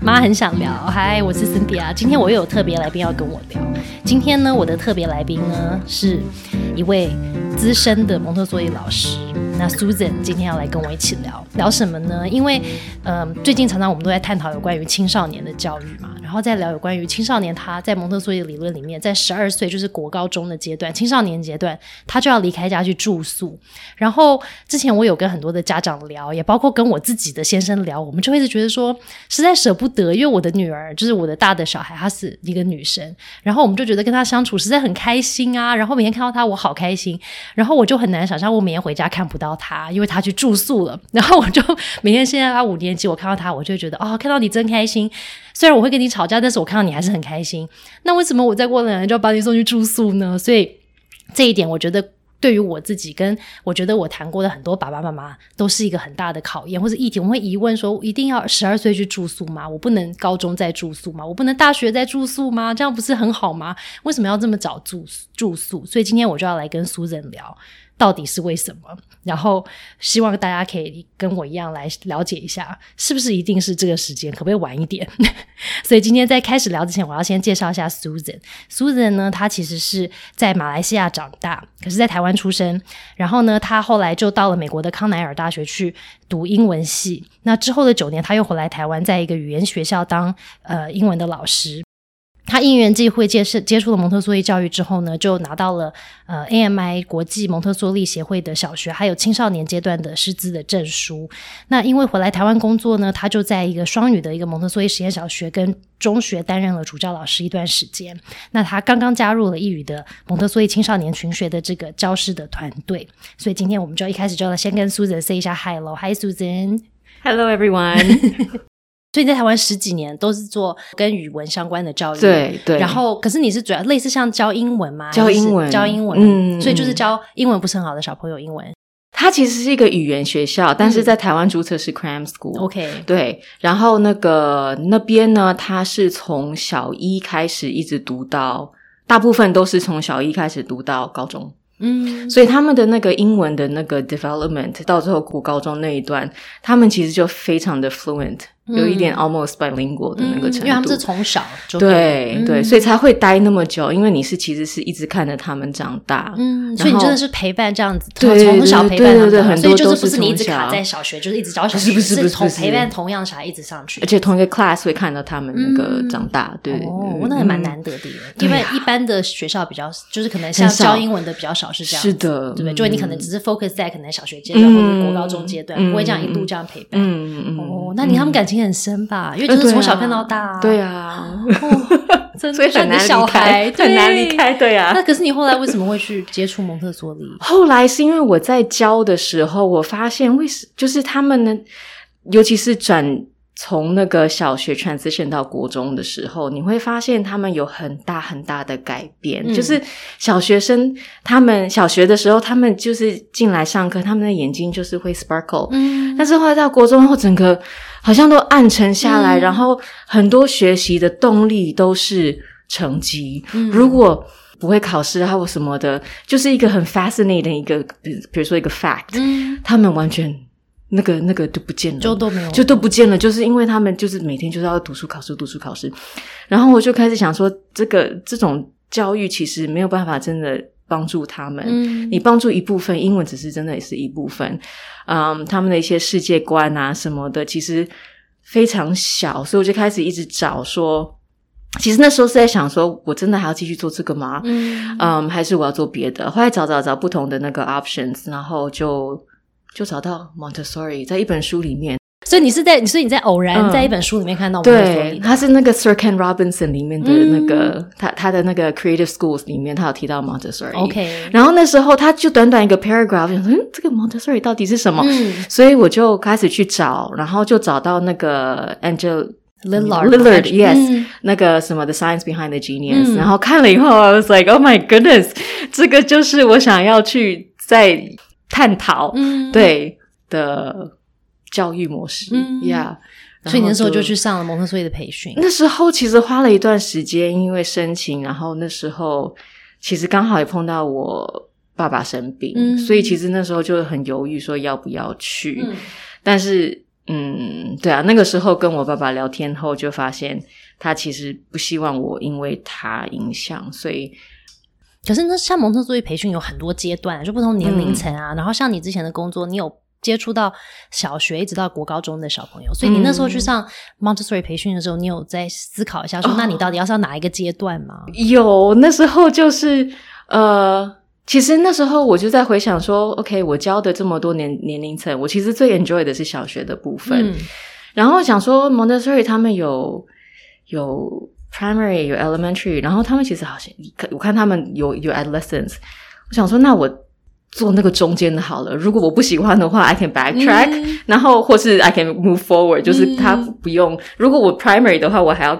妈很想聊。嗨，我是 Cynthia， 今天我又有特别来宾要跟我聊。今天呢，我的特别来宾呢是一位资深的蒙特梭利老师。那 Susan 今天要来跟我一起聊什么呢？因为最近常常我们都在探讨有关于青少年的教育嘛，然后再聊有关于青少年他在蒙特梭利的理论里面，在12岁就是国高中的阶段，青少年阶段他就要离开家去住宿。然后之前我有跟很多的家长聊，也包括跟我自己的先生聊，我们就会一直觉得说实在舍不得，因为我的女儿就是我的大的小孩，她是一个女生，然后我们就觉得跟她相处实在很开心啊，然后每天看到她我好开心，然后我就很难想象我每天回家看不到她，因为她去住宿了，然后我就每天现在她5年级我看到她我就会觉得看到你真开心，虽然我会跟你吵架，但是我看到你还是很开心，那为什么我再过2年就要把你送去住宿呢？所以这一点我觉得对于我自己跟我觉得我谈过的很多爸爸妈妈都是一个很大的考验或是议题。我们会疑问说，一定要12岁去住宿吗？我不能高中再住宿吗？我不能大学再住宿吗？这样不是很好吗？为什么要这么早住宿？所以今天我就要来跟苏人聊到底是为什么，然后希望大家可以跟我一样来了解一下是不是一定是这个时间，可不可以晚一点所以今天在开始聊之前，我要先介绍一下 Susan 呢，她其实是在马来西亚长大，可是在台湾出生，然后呢她后来就到了美国的康奈尔大学去读英文系，那之后的9年她又回来台湾，在一个语言学校当英文的老师。他因缘际会接触了蒙特梭利教育之后呢，就拿到了AMI 国际蒙特梭利协会的小学还有青少年阶段的师资的证书。那因为回来台湾工作呢，他就在一个双语的一个蒙特梭利实验小学跟中学担任了主教老师一段时间。那他刚刚加入了一语的蒙特梭利青少年群学的这个教师的团队。所以今天我们就一开始就要先跟 Susan say 一下 Hello Susan。 Hello everyone 所以你在台湾10几年都是做跟语文相关的教育， 对， 然后可是你是主要类似像教英文吗？ 教英文， 所以就是教英文不是很好的小朋友英文。 它其实是一个语言学校，但是在台湾注册是 Cram School。 OK， 对，然后那边呢，它是从小一开始一直读到，大部分都是从小一开始读到高中。所以他们的那个英文的那个 development 到最后国高中那一段，他们其实就非常的 fluent，有一点 almost bilingual 的那个程度， 因为他们是从小就对，所以才会待那么久，因为你是其实是一直看着他们长大， 所以你真的是陪伴这样子， 对， 从小陪伴他们， 对，很多所以就是不是你一直卡在小学，就是一直教小学， 不是陪伴同样小孩一直上去， 而且同一个 class 会看到他们那个长大，对， 那还蛮难得的，因为一般的学校比较就是可能像教英文的比较少是这样子， 是的， 对不对？就你可能只是 focus 在可能小学阶段或者国高中阶段，不会这样一路这样陪伴。那他们感情很深吧？因为就是从小看到大， 对啊， 真的， 所以很难小孩很难离开，对啊。 那可是你后来为什么会去接触蒙特梭利？ 后来是因为我在教的时候，我发现就是他们呢，尤其是从那个小学 transition 到国中的时候，你会发现他们有很大很大的改变，就是小学生他们小学的时候，他们就是进来上课，他们的眼睛就是会 sparkle，但是后来到国中后，整个好像都暗沉下来，然后很多学习的动力都是成绩，如果不会考试或什么的，就是一个很 fascinating 的一个，比如说一个 fact，他们完全那个就不见了， 就都没有， 就都不见了，就是因为他们就是每天就是要读书考试，然后我就开始想说，这种教育其实没有办法真的帮助他们，你帮助一部分，英文只是真的也是一部分，他们的一些世界观啊什么的，其实非常小，所以我就开始一直找说。其实那时候是在想说我真的还要继续做这个吗？还是我要做别的？后来找不同的那个 options， 然后就找到 Montessori 在一本书里面。 所以你在偶然在一本书里面看到蒙特梭利， 对，他是那个 Sir Ken Robinson 里面的那个他的那个 Creative Schools 里面，他有提到 Montessori。 OK， 然后那时候他就短短一个 paragraph， 想说这个 Montessori 到底是什么？所以我就开始去找，然后就找到那个 Lillard yes，那个什么 The Science Behind the Genius，然后看了以后 I was like oh my goodness， 这个就是我想要去再探讨对的教育模式yeah， 所以你那时候就去上了蒙特梭利的培训。 那时候其实花了一段时间，因为申请，然后那时候其实刚好也碰到我爸生病，所以其实那时候就很犹豫说要不要去，但是对啊，那个时候跟我爸爸聊天后就发现他其实不希望我因为他影响，所以可是呢，像蒙特梭利培训有很多阶段，就不同年龄层啊，然后像你之前的工作你有接触到小学一直到国高中的小朋友，所以你那时候去上 Montessori 培训的时候，你有在思考一下说那你到底要上哪一个阶段吗？ 有，那时候就是其实那时候我就在回想说 OK 我教的这么多年龄层，我其实最 enjoy 的是小学的部分，然后想说 Montessori 他们有 primary 有 elementary， 然后他们其实好像我看他们有 adolescence， 我想说那我做那个中间的好了，如果我不喜欢的话 I can backtrack，然后或是 I can move forward，就是他不用如果我 primary 的话我还要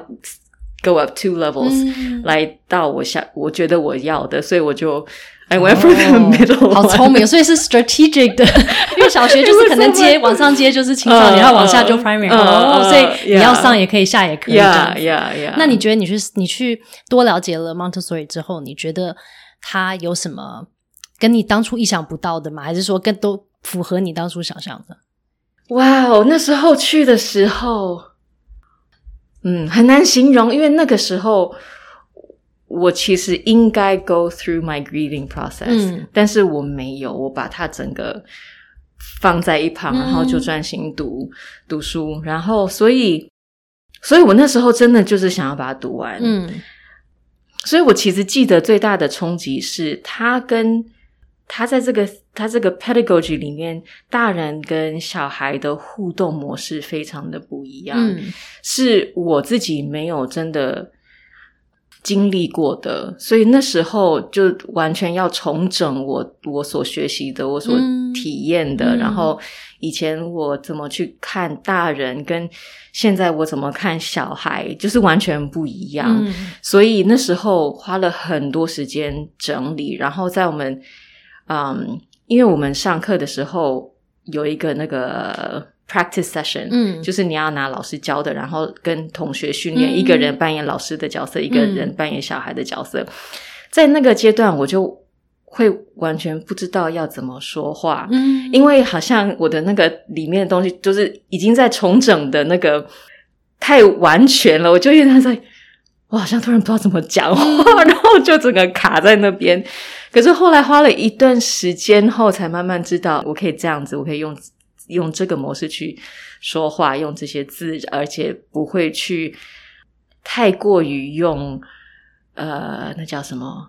go up 2 levels，来到我觉得我要的，所以我就I went for the middle one， 好聪明，所以是 strategic 的因为小学就是可能往上接就是青少年，然后往下就 primary，所以你要上也可以下也可以这样子。那你觉得你去多了解了 Montessori 之后，你觉得它有什么跟你当初意想不到的吗？还是说都符合你当初想象的？ 哇哦，那时候去的时候很难形容，因为那个时候我其实应该 go through my grieving process，但是我没有，我把它整个放在一旁，然后就专心读书，然后所以我那时候真的就是想要把它读完。所以我其实记得最大的冲击是他在这个 pedagogy 里面，大人跟小孩的互动模式非常的不一样，是我自己没有真的经历过的，所以那时候就完全要重整我所学习的，我所体验的，然后以前我怎么去看大人跟现在我怎么看小孩就是完全不一样，所以那时候花了很多时间整理，然后在我们因为我们上课的时候有一个那个practice session，就是你要拿老师教的，然后跟同学训练，一个人扮演老师的角色，一个人扮演小孩的角色。在那个阶段我就会完全不知道要怎么说话，因为好像我的那个里面的东西就是已经在重整的那个太完全了，我就因为在我好像突然不知道怎么讲话，然后就整个卡在那边。可是后来花了一段时间后才慢慢知道我可以这样子，我可以用这个模式去说话，用这些字，而且不会去太过于用那叫什么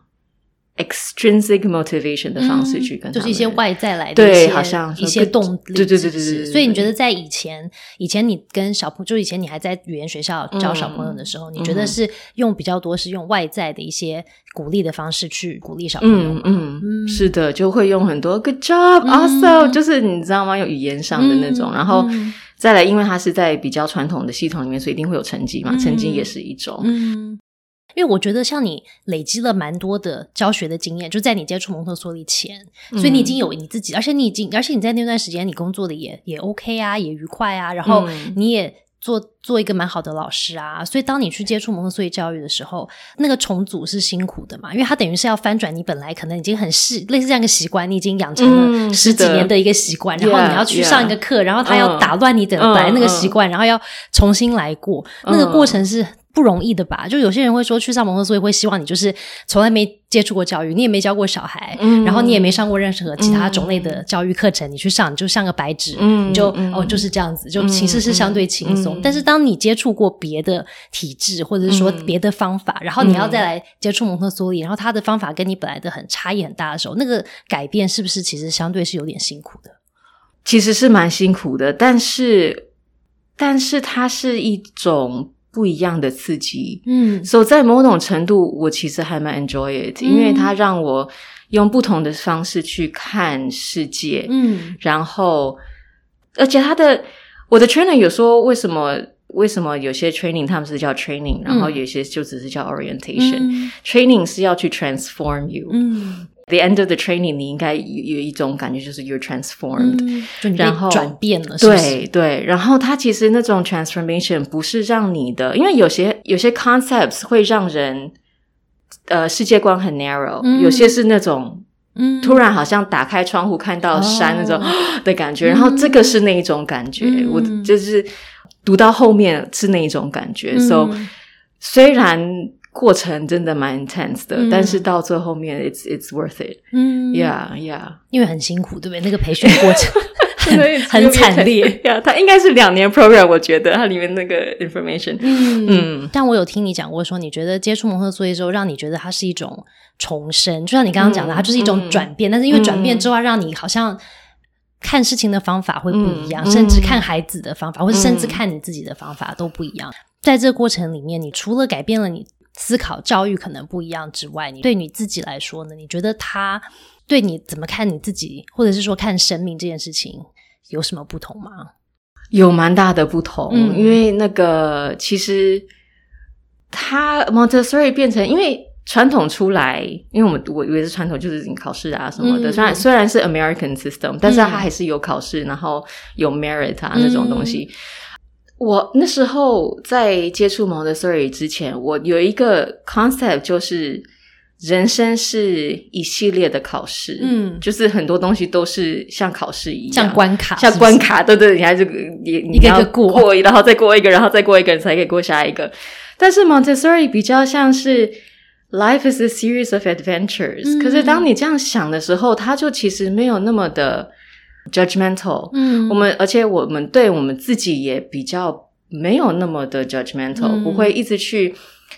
extrinsic motivation 的方式去跟他们， 就是一些外在来的对，好像一些动力， 对。 所以你觉得在以前你跟小朋友，就以前你还在语言学校教小朋友的时候，你觉得是用比较多是用外在的一些鼓励的方式去鼓励小朋友吗？ 是的，就会用很多 good job also，就是你知道吗，有语言上的那种，然后再来因为它是在比较传统的系统里面，所以一定会有成绩嘛，成绩也是一种。 因为我觉得像你累积了蛮多的教学的经验，就在你接触蒙特梭利前，所以你已经有你自己，而且你在那段时间你工作的也 OK 啊，也愉快啊，然后你也做一个蛮好的老师啊，所以当你去接触蒙特梭利教育的时候，那个重组是辛苦的嘛，因为它等于是要翻转你本来可能已经很类似这样一个习惯，你已经养成了10几年的一个习惯，然后你要去上一个课，然后他要打乱你本来那个习惯，然后要重新来过，那个过程是不容易的吧。就有些人会说去上蒙特梭利会希望你就是从来没接触过教育，你也没教过小孩，然后你也没上过任何其他种类的教育课程，你去上你就像个白纸，你就就是这样子，就形式是相对轻松，但是当你接触过别的体制或者是说别的方法，然后你要再来接触蒙特梭利，然后他的方法跟你本来的差异很大的时候，那个改变是不是其实相对是有点辛苦的？ 其实是蛮辛苦的，但是它是一种不一样的刺激，所以在某种程度我其实还蛮 enjoy it，因为它让我用不同的方式去看世界，然后而且我的 trainer 有说为什么有些 training 他们是叫 training，然后有些就只是叫 orientation，training 是要去 transform you，the end of the training 你应该有一种感觉就是 you're transformed， 就你被转变了， 是不是？对，然后它其实那种 transformation 不是让你的，因为有些 concepts 会让人世界观很 narrow，有些是那种突然好像打开窗户看到山那种的感觉，然后这个是那一种感觉，我就是读到后面是那一种感觉，so 虽然过程真的蛮 intense 的，但是到最后面 it's worth it。yeah， 因为很辛苦，对不对？那个培训过程很惨烈。 yeah， 它应该是2年 program， 我觉得它里面那个 information。 但我有听你讲过说，你觉得接触蒙特梭利之后，让你觉得它是一种重生，就像你刚刚讲的，它就是一种转变。但是因为转变之后，让你好像看事情的方法会不一样，甚至看孩子的方法，或者甚至看你自己的方法都不一样。在这个过程里面，你除了改变了你思考教育可能不一样之外，你对你自己来说呢，你觉得他对你怎么看你自己，或者是说看生命这件事情有什么不同吗？ 有蛮大的不同，因为那个其实他 Montessori 变成，因为传统出来，因为我以为是传统就是你考试啊什么的，虽然是 American system， 但是它还是有考试，然后有 merit 啊那种东西。我那时候在接触 Montessori 之前，我有一个 concept， 就是人生是一系列的考试，就是很多东西都是像考试一样， 像关卡， 像关卡，对对，你还是你要过，然后再过一个，然后再过一个，你才可以过下一个。但是 Montessori 比较像是 Life is a series of adventures，可是当你这样想的时候，它就其实没有那么的judgmental，而且我们对我们自己也比较没有那么的 judgmental，不会一直去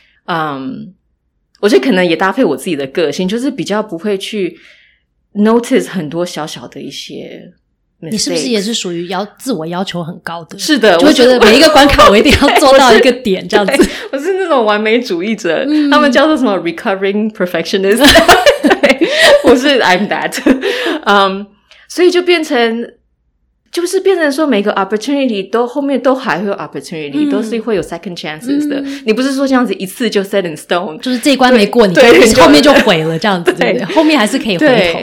我觉得可能也搭配我自己的个性，就是比较不会去 notice 很多小小的一些 mistakes。 你是不是也是属于自我要求很高的？ 是的， 就会觉得每一个关卡我一定要做到一个点这样子。 我是那种完美主义者，他们叫做什么 recovering perfectionist 我是 I'm that 所以就变成说每个 opportunity 都后面都还会有 opportunity，都是会有 second chances 的。你不是说这样子一次就 set in stone， 就是这一关没过你后面就毁了这样子，对不对？后面还是可以回头。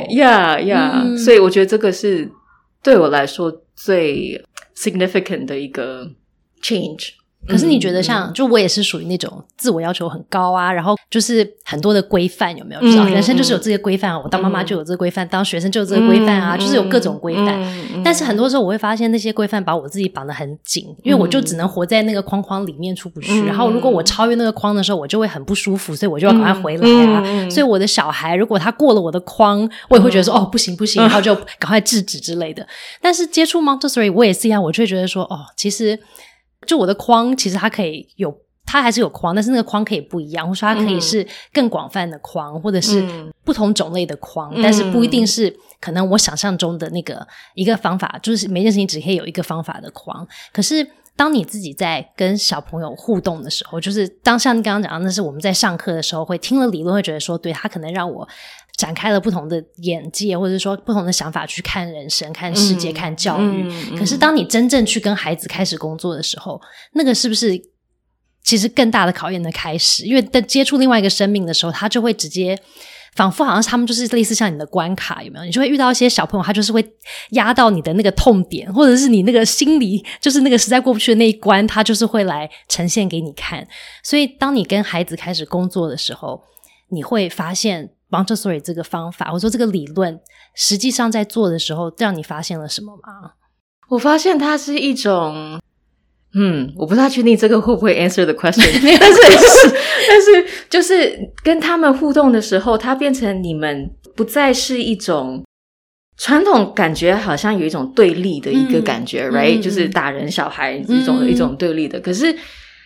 yeah， 所以我觉得这个是对我来说最 significant 的一个 change。 可是你觉得就我也是属于那种自我要求很高啊，然后就是很多的规范，有没有知道？人生就是有这些规范，我当妈妈就有这个规范，当学生就有这个规范啊，就是有各种规范。但是很多时候我会发现那些规范把我自己绑得很紧，因为我就只能活在那个框框里面出不去。然后如果我超越那个框的时候，我就会很不舒服，所以我就要赶快回来啊。所以我的小孩如果他过了我的框，我也会觉得说不行，然后就赶快制止之类的。但是接触 Montessori 我也是一样，我就会觉得说其实就我的框其实它还是有框，但是那个框可以不一样，或者说它可以是更广泛的框，或者是不同种类的框，但是不一定是可能我想象中的那个一个方法，就是每件事情只可以有一个方法的框。可是当你自己在跟小朋友互动的时候，就是像你刚刚讲的，那是我们在上课的时候会听了理论，会觉得说对，它可能让我展开了不同的眼界，或者说不同的想法去看人生、看世界、看教育。可是当你真正去跟孩子开始工作的时候，那个是不是其实更大的考验的开始？因为在接触另外一个生命的时候，他就会直接仿佛好像他们就是类似像你的关卡，有没有？你就会遇到一些小朋友，他就是会压到你的那个痛点，或者是你那个心里就是那个实在过不去的那一关，他就是会来呈现给你看。所以当你跟孩子开始工作的时候，你会发现Montessori 这个方法或者说这个理论实际上在做的时候让你发现了什么吗？ 我发现它是一种我不太确定这个会不会 answer the question 但是就是跟他们互动的时候，它变成你们不再是一种传统感觉好像有一种对立的一个感觉right 就是大人小孩一种对立的。可是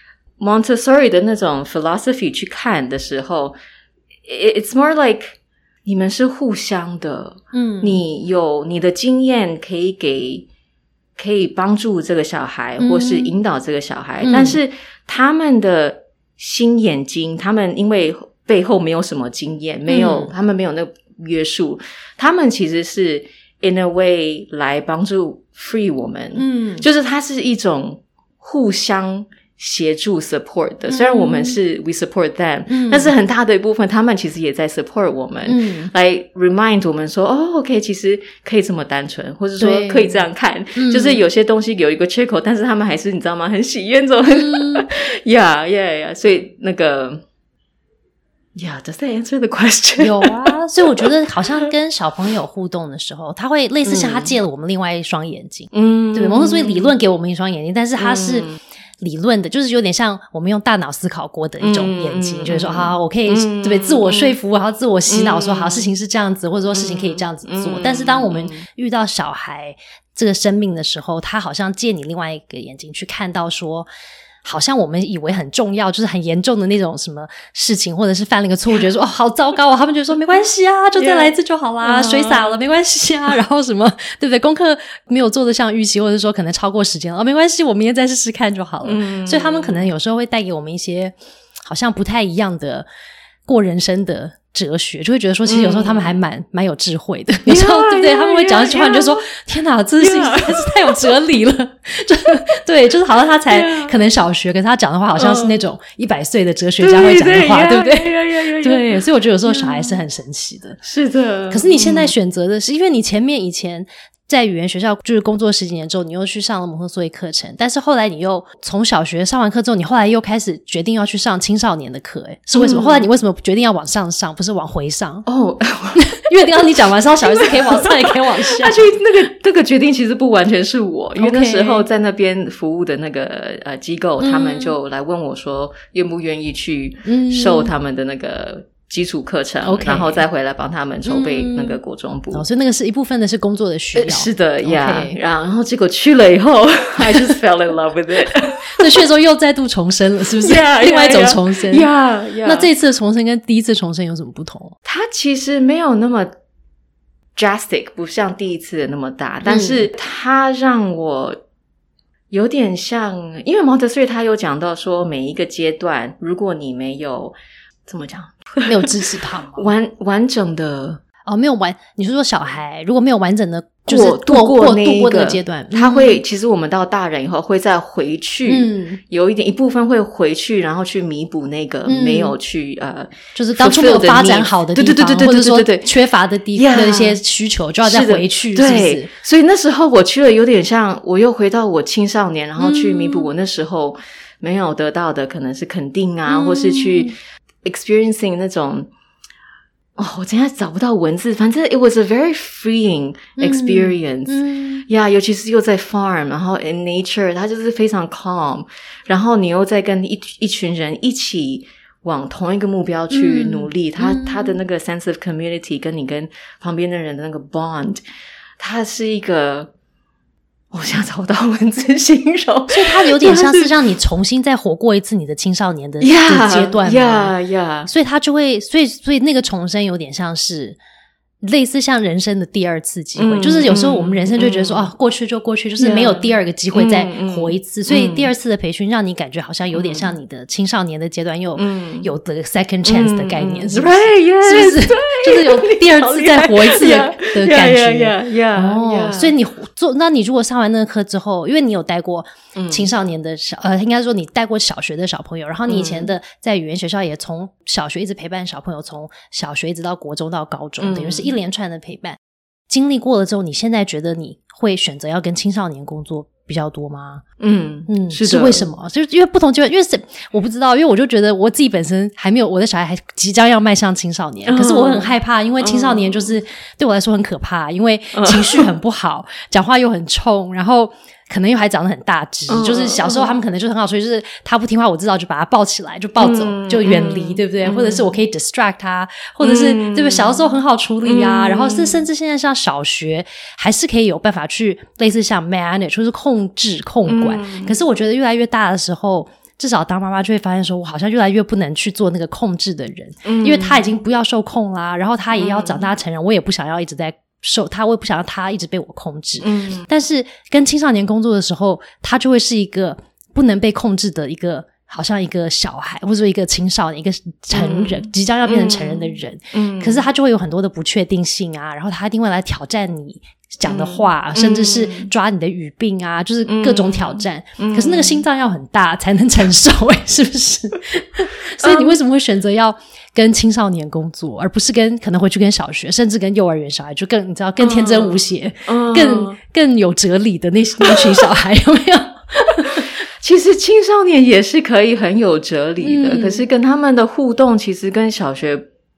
Montessori 的那种 philosophy 去看的时候It's more like 你们是互相的，你有你的经验可以帮助这个小孩，或是引导这个小孩，但是他们的新眼睛，他们因为背后没有什么经验，他们没有那个约束，他们其实是 in a way 来帮助 free 我们，就是它是一种互相协助 support 的，虽然我们是 we support them，但是很大的一部分他们其实也在 support 我们，来 remind 我们说OK 其实可以这么单纯，或者说可以这样看，就是有些东西有一个缺口，但是他们还是你知道吗，很喜悦这种yeah 所以那个Yeah, does that answer the question? 有啊， 啊，所以我觉得好像跟小朋友互动的时候，他会类似像他借了我们另外一双眼睛，对，蒙特梭利理论给我们一双眼睛，但是他是理论的，就是有点像我们用大脑思考过的一种眼睛，就是说好，我可以对不对自我说服，然后自我洗脑说好，事情是这样子，或者说事情可以这样子做。但是当我们遇到小孩这个生命的时候，他好像借你另外一个眼睛去看到说，好像我们以为很重要，就是很严重的那种什么事情，或者是犯了一个错误，觉得说好糟糕他们觉得说没关系啊，就再来一次就好啦，水洒了没关系啊，然后什么对不对，功课没有做得像预期，或者说可能超过时间了没关系，我明天再试试看就好了。所以他们可能有时候会带给我们一些好像不太一样的过人生的哲学，就会觉得说其实有时候他们还蛮有智慧的，你知道对不对？他们会讲一句话，你就说天哪，这事情实在是太有哲理了对，就是好像他才可能小学，可是他讲的话好像是那种100岁的哲学家会讲的话，对不对？对，所以我觉得有时候小孩是很神奇的。 是的。 可是你现在选择的是因为你以前在语言学校就是工作10几年之后，你又去上了蒙特梭利课程，但是后来你又从小学上完课之后，你后来又开始决定要去上青少年的课，是为什么？后来你为什么决定要往上上，不是往回上？因为刚刚你讲完上小孩子可以往上也可以往下。 那个决定其实不完全是我，因为那时候在那边服务的那个机构，他们就来问我说愿不愿意去受他们的那个基础课程然后再回来帮他们筹备那个国中部所以那个是一部分的是工作的需要。 是的呀然后结果去了以后I just fell in love with it 所以去的时候又再度重生了，是不是？另外一种重生。那这一次的重生跟第一次重生有什么不同？ 它其实没有那么 drastic， 不像第一次的那么大，但是它让我有点像，因为蒙特梭利他有讲到说每一个阶段如果你没有怎么讲没有支持他吗？ 完整的没有你是说小孩如果没有完整的就是度过那个阶段， 他会其实我们到大人以后会再回去有一部分会回去，然后去弥补那个没有去就是当初没有发展好的地方，或者说缺乏的地方的一些需求就要再回去，是不是？ 所以那时候我去了有点像我又回到我青少年，然后去弥补我那时候没有得到的可能是肯定或是去experiencing 那种我现在找不到文字，反正 it was a very freeing experience尤其是又在 farm 然后 in nature 它就是非常 calm， 然后你又在跟一群人一起往同一个目标去努力，他的那个 sense of community 跟你跟旁边的人的那个 bond， 它是一个我现在找不到文字形容， 所以它有点像是让你重新再活过一次你的青少年的阶段嘛所以它就会所以那个重生有点像是类似像人生的第二次机会，就是有时候我们人生就觉得说过去就过去，就是没有第二个机会再活一次，所以第二次的培训让你感觉好像有点像你的青少年的阶段又有的 second chance 的概念，是不是？是不是？就是有第二次再活一次的感觉。所以那你如果上完那个课之后，因为你有带过青少年的应该说你带过小学的小朋友，然后你以前的在语言学校也从小学一直陪伴小朋友，从小学一直到国中到高中，等于是一连串的陪伴。经历过了之后，你现在觉得你会选择要跟青少年工作比较多吗？是为什么？就是因为不同阶段，因为我不知道，因为我就觉得我自己本身还没有，我的小孩还即将要迈向青少年，可是我很害怕，因为青少年就是对我来说很可怕，因为情绪很不好，讲话又很冲，然后可能又还长得很大只，就是小时候他们可能就很好，所以就是他不听话，我知道就把他抱起来，就抱走，就远离，对不对？或者是我可以 distract 他，或者是对不对？小的时候很好处理然后甚至现在像小学还是可以有办法去类似像 manage 就是控制控管，可是我觉得越来越大的时候，至少当妈妈就会发现说我好像越来越不能去做那个控制的人，因为他已经不要受控啦，然后他也要长大成人，我也不想要一直在受他，我也不想让他一直被我控制但是跟青少年工作的时候，他就会是一个不能被控制的一个好像一个小孩，或者说一个青少年，一个成人即将要变成成人的人可是他就会有很多的不确定性然后他一定会来挑战你讲的话甚至是抓你的语病就是各种挑战可是那个心脏要很大才能承受是不是所以你为什么会选择要跟青少年工作而不是可能回去跟小学甚至跟幼儿园小孩，就更你知道更天真无邪更有哲理的那群小孩有没有其实青少年也是可以很有哲理的可是跟他们的互动其实跟小学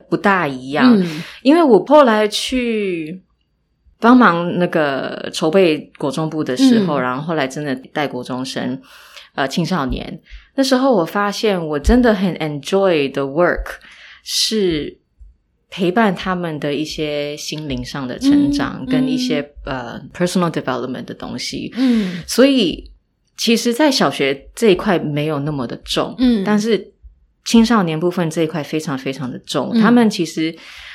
不大一样，因为我后来去帮忙那个筹备国中部的时候，然后后来真的带国中生青少年，那时候我发现我真的很 enjoy the work 是陪伴他们的一些心灵上的成长，跟一些personal development 的东西。所以其实在小学这一块没有那么的重，但是青少年部分这一块非常非常的重。他们其实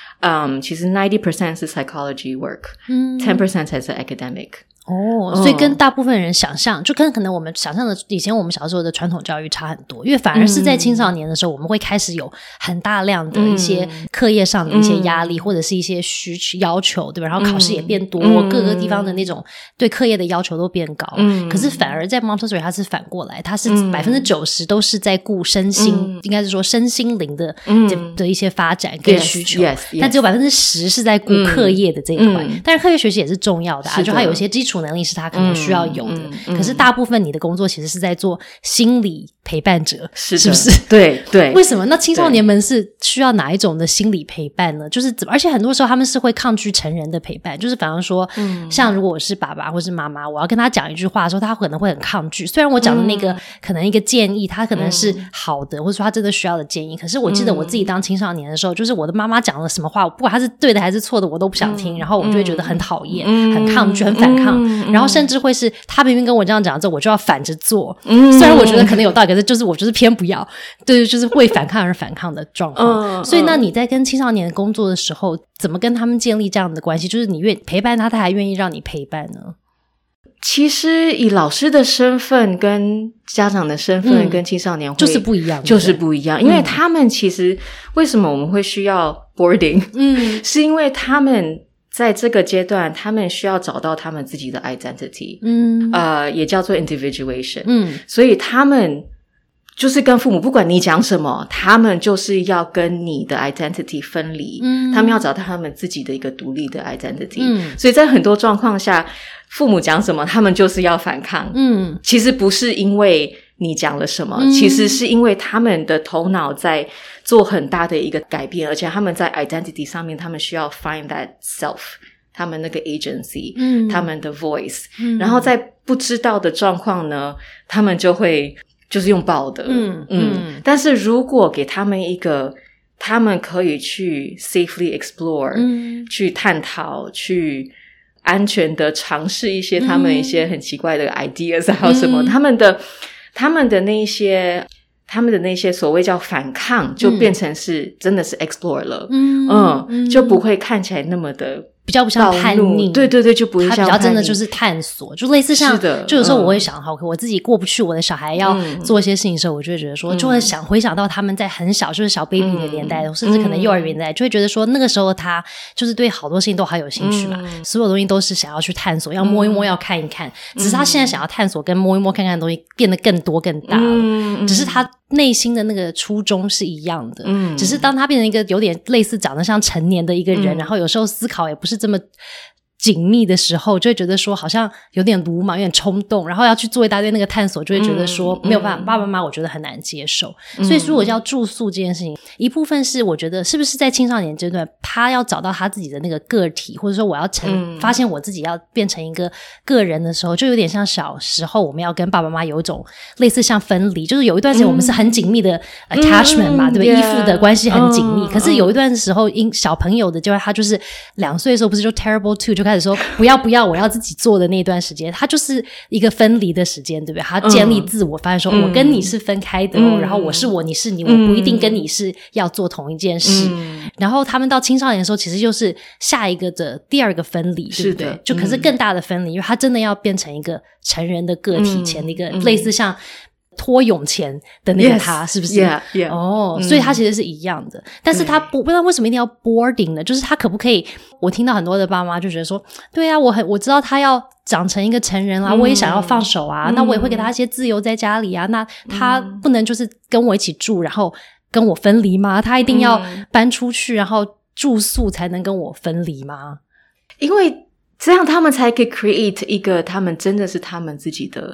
90% 是 psychology work，10% 才是 academic。 所以跟大部分人想象就跟可能我们想象的以前我们小时候的传统教育差很多，因为反而是在青少年的时候我们会开始有很大量的一些课业上的一些压力，或者是一些要求，对吧？然后考试也变多，各个地方的那种对课业的要求都变高。可是反而在 Montessori 它是反过来，它是 90% 都是在顾身心，应该是说身心灵的一些发展跟需求，但只有 10% 是在顾课业的这一块。但是课业学习也是重要的就它有一些基础能力是他可能需要有的，可是大部分你的工作其实是在做心理陪伴者，是不是？ 对对。 为什么？那青少年们是需要哪一种的心理陪伴呢？就是而且很多时候他们是会抗拒成人的陪伴，就是比方说像如果我是爸爸或是妈妈，我要跟他讲一句话的时候，他可能会很抗拒。虽然我讲的那个可能一个建议他可能是好的，或者说他真的需要的建议，可是我记得我自己当青少年的时候，就是我的妈妈讲了什么话，不管他是对的还是错的我都不想听，然后我就会觉得很讨厌，很抗拒，很反抗，然后甚至会是他明明跟我这样讲之后我就要反着做，虽然我觉得可能有道理，可是就是我就是偏不要，对，就是为反抗而反抗的状况。所以那你在跟青少年工作的时候怎么跟他们建立这样的关系，就是你陪伴他还愿意让你陪伴呢？ 其实以老师的身份跟家长的身份跟青少年会就是不一样， 就是不一样，因为他们其实为什么我们会需要 boarding 是因为他们在这个阶段他们需要找到他们自己的 identity，也叫做 individuation，所以他们就是跟父母不管你讲什么，他们就是要跟你的 identity 分离，他们要找到他们自己的一个独立的 identity，所以在很多状况下父母讲什么他们就是要反抗，其实不是因为你讲了什么，其实是因为他们的头脑在做很大的一个改变，而且他们在 identity 上面他们需要 find that self， 他们那个 agency，他们的 voice，然后在不知道的状况呢他们就会就是用抱的，但是如果给他们一个他们可以去 safely explore，去探讨，去安全的尝试一些他们一些很奇怪的 ideas 还有什么，他们的那些所谓叫反抗就变成是真的是 explore 了，就不会看起来那么的比较不像叛逆， 对，就不会像叛逆， 他比较真的就是探索，就类似像就有时候我会想好，我自己过不去我的小孩要做一些事情的时候，我就会觉得说就会回想到他们在很小就是小 baby 的年代，甚至可能幼儿园年代，就会觉得说那个时候他就是对好多事情都还有兴趣嘛，所有东西都是想要去探索，要摸一摸，要看一看，只是他现在想要探索跟摸一摸看看的东西变得更多更大了，只是他内心的那个初衷是一样的，只是当他变成一个有点类似长得像成年的一个人，然后有时候思考也不是这么紧密的时候，就会觉得说好像有点鲁莽，有点冲动，然后要去做一大堆那个探索，就会觉得说没有办法，爸爸妈妈我觉得很难接受。所以如果要住宿这件事情，一部分是我觉得是不是在青少年阶段他要找到他自己的那个个体，或者说我要发现我自己要变成一个个人的时候，就有点像小时候我们要跟爸爸妈妈有一种类似像分离，就是有一段时间我们是很紧密的 attachment 嘛，对不对？依附的关系很紧密，可是有一段时候小朋友的阶段，他就是2岁的时候不是就 terrible two 就开始说不要我要自己做的那段时间，他就是一个分离的时间，对不对？他建立自我，发现说我跟你是分开的然后我是我，你是你，我不一定跟你是要做同一件事，然后他们到青少年的时候其实就是下一个的第二个分离，对不对？就可是更大的分离，因为他真的要变成一个成人的个体前的一个类似像脱蛹前的那个他，是不是？所以他其实是一样的，但是他不知道为什么一定要 boarding 呢？就是他可不可以？我听到很多的爸妈就觉得说，对啊，我知道他要长成一个成人啦，我也想要放手啊，那我也会给他一些自由在家里啊，那他不能就是跟我一起住，然后跟我分离吗？他一定要搬出去，然后住宿才能跟我分离吗？因为这样他们才可以 create 一个他们真的是他们自己的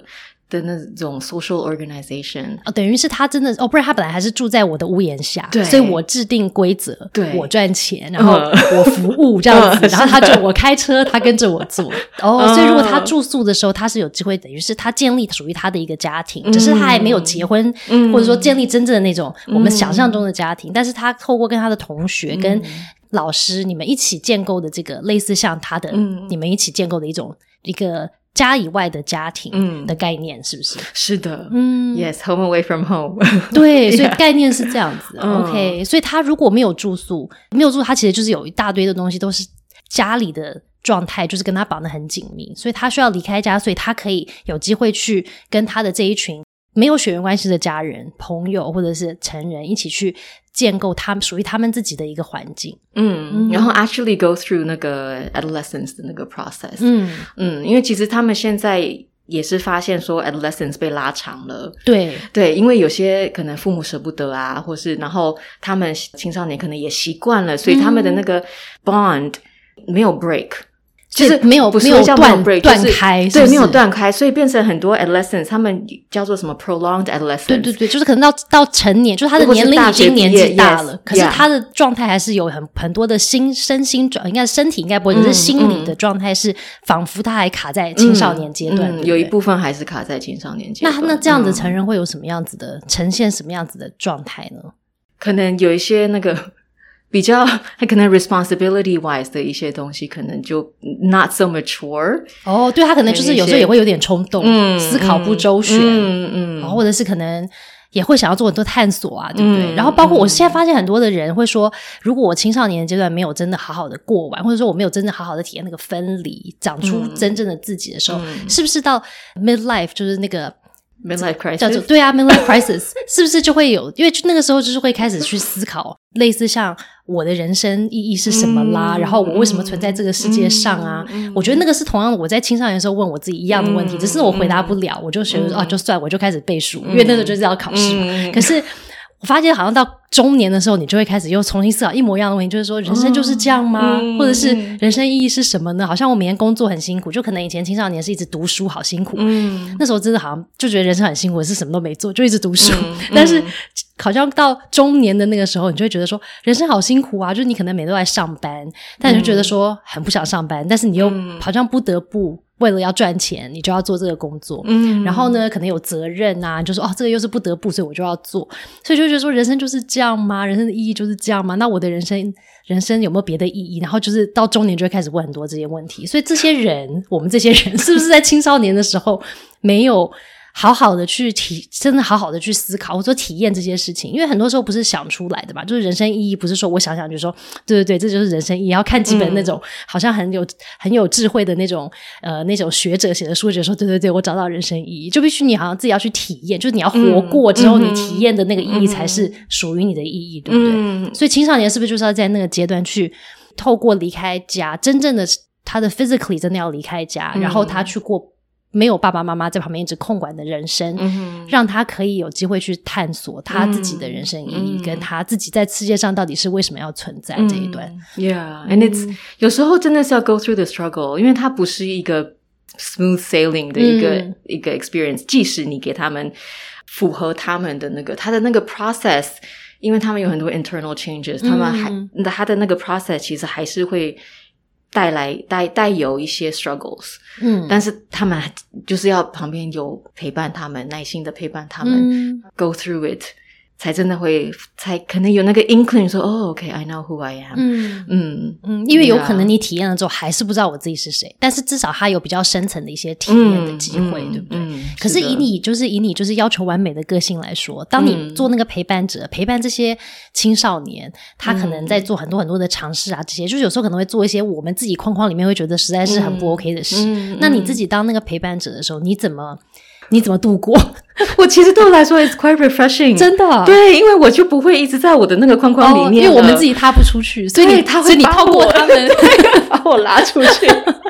的那种 social organization 等于是他真的不然他本来还是住在我的屋檐下， 对， 所以我制定规则， 对， 我赚钱，然后我服务这样子，然后我开车，他跟着我做所以如果他住宿的时候，他是有机会等于是他建立属于他的一个家庭，只是他还没有结婚，或者说建立真正的那种我们想象中的家庭，但是他透过跟他的同学跟老师你们一起建构的这个类似像他的你们一起建构的一个家以外的家庭的概念，是不是？ 是的，Yes, home away from home 对，所以概念是这样子OK， 所以他如果没有住宿，他其实就是有一大堆的东西都是家里的状态，就是跟他绑得很紧密，所以他需要离开家，所以他可以有机会去跟他的这一群没有血缘关系的家人朋友或者是成人一起去建构他们属于他们自己的一个环境然后 actually go through 那个 adolescence 的那个 process 因为其实他们现在也是发现说 adolescence 被拉长了，对，因为有些可能父母舍不得啊，或是然后他们青少年可能也习惯了，所以他们的那个 bond 没有 break，就是没有断开， 对，没有断开，所以变成很多 adolescents 他们叫做什么 prolonged adolescence， 对， 就是可能到成年，就是他的年龄已经年纪大了，可是他的状态还是有很多的身心应该身体应该不会，可是心理的状态是仿佛他还卡在青少年阶段， 有一部分还是卡在青少年阶段。 那这样子成人会有什么样子的呈现什么样子的状态呢？ 可能有一些那个比较可能 responsibility wise 的一些东西可能就 not so mature 对，他可能就是有时候也会有点冲动思考不周全或者是可能也会想要做很多探索啊，对不对然后包括我现在发现很多的人会说，如果我青少年阶段没有真的好好的过完，或者说我没有真的好好的体验那个分离长出真正的自己的时候是不是到 midlife 就是那个 midlife crisis 叫做对啊 midlife crisis 是不是就会有，因为那个时候就是会开始去思考类似像我的人生意义是什么啦然后我为什么存在这个世界上啊我觉得那个是同样我在青少年的时候问我自己一样的问题只是我回答不了我就觉得就算我就开始背书因为那时候就是要考试嘛可是我发现好像到中年的时候你就会开始又重新思考一模一样的问题，就是说人生就是这样吗或者是人生意义是什么呢？好像我每天工作很辛苦，就可能以前青少年是一直读书好辛苦那时候真的好像就觉得人生很辛苦，是什么都没做就一直读书但是好像到中年的那个时候你就会觉得说人生好辛苦啊，就是你可能每天都在上班但你就觉得说很不想上班但是你又好像不得不为了要赚钱你就要做这个工作然后呢可能有责任啊，你就说这个又是不得不所以我就要做，所以就觉得说人生就是这样吗？人生的意义就是这样吗？那我的人生有没有别的意义？然后就是到中年就会开始问很多这些问题，所以这些人我们这些人是不是在青少年的时候没有好好的去真的好好的去思考或者说体验这些事情，因为很多时候不是想出来的嘛，就是人生意义不是说我想就说对这就是人生意义，要看几本那种好像很有智慧的那种学者写的书，觉得说对我找到人生意义，就必须你好像自己要去体验，就是你要活过之后你体验的那个意义才是属于你的意义对不对所以青少年是不是就是要在那个阶段去透过离开家，真正的他的 physically 真的要离开家然后他去过没有爸爸妈妈在旁边一直控管的人生让他可以有机会去探索他自己的人生意义跟他自己在世界上到底是为什么要存在这一段 Yeah, and it's 有时候真的是要 go through the struggle 因为它不是一个 smooth sailing 的一个 experience 即使你给他们符合他们的那个他的那个 process 因为他们有很多 internal changes 他们他的那个 process 其实还是会带有一些 struggles 但是他们就是要旁边有陪伴他们耐心的陪伴他们go through it 才真的会才可能有那个 inkling 说okay I know who I am 因为有可能你体验了之后还是不知道我自己是谁，但是至少他有比较深层的一些体验的机会对不对可是以你就是要求完美的个性来说，当你做那个陪伴者陪伴这些青少年他可能在做很多很多的尝试啊这些就是有时候可能会做一些我们自己框框里面会觉得实在是很不 OK 的事那你自己当那个陪伴者的时候你怎么度过我其实对我来说 it's quite refreshing 真的对因为我就不会一直在我的那个框框里面因为我们自己踏不出去所以你透过他们把我拉出去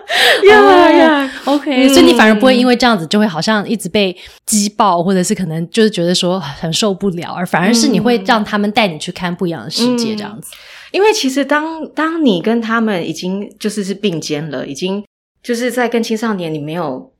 OK 所以你反而不会因为这样子就会好像一直被击爆或者是可能就是觉得说很受不了而反而是你会让他们带你去看不一样的世界这样子因为其实当你跟他们已经就是并肩了已经就是在跟青少年你没有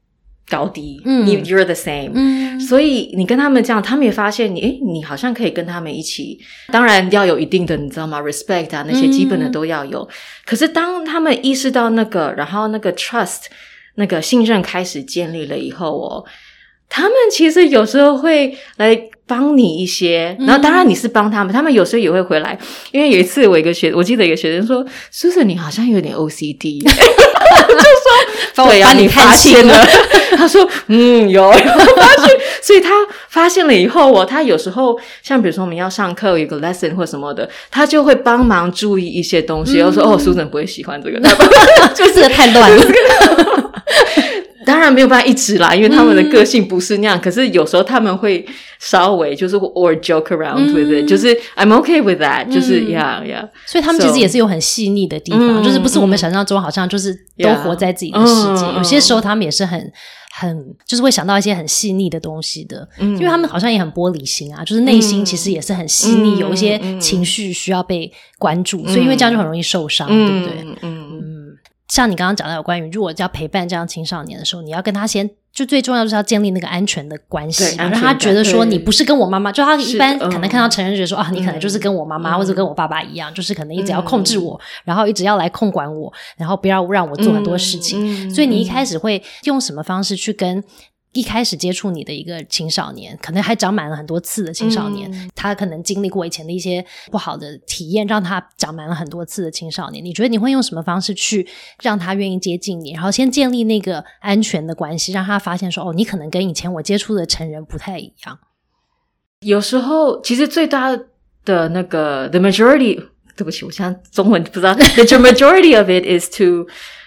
高低，you're the same，所以你跟他们这样，他们也发现你好像可以跟他们一起，当然要有一定的你知道吗 respect 啊，那些基本的都要有，可是当他们意识到那个，然后那个 trust 那个信任开始建立了以后他们其实有时候会来帮你一些，然后当然你是帮他们，他们有时候也会回来。因为有一次我记得一个学生说 Susan 你好像有点 OCD 就说对啊，你发现了他说有发现，所以他发现了以后他有时候像比如说我们要上课有一个 lesson 或什么的，他就会帮忙注意一些东西，然后说Susan 不会喜欢这个就是太乱了当然没有办法一直啦，因为他们的个性不是那样，可是有时候他们会稍微就是 or joke around with it，就是 I'm okay with that，就是 yeah， 所以他们其实也是有很细腻的地方，就是不是我们想象中好像就是都活在自己的世界，有些时候他们也是很就是会想到一些很细腻的东西的，因为他们好像也很玻璃心啊，就是内心其实也是很细腻，有一些情绪需要被关注，所以因为这样就很容易受伤，对不对？像你刚刚讲到有关于如果要陪伴这样青少年的时候，你要跟他先就最重要就是要建立那个安全的关系，让他觉得说你不是跟我妈妈，就他一般可能看到成人觉得说你可能就是跟我妈妈或者跟我爸爸一样，就是可能一直要控制我，然后一直要来控管我，然后不要让我做很多事情，所以你一开始会用什么方式去跟一开始接触你的一个青少年，可能还长满了很多次的青少年，他可能经历过以前的一些不好的体验，让他长满了很多次的青少年，你觉得你会用什么方式去让他愿意接近你，然后先建立那个安全的关系，让他发现说你可能跟以前我接触的成人不太一样。 有时候其实最大的那个 the majority， 对不起我现在中文不知道the majority of it is to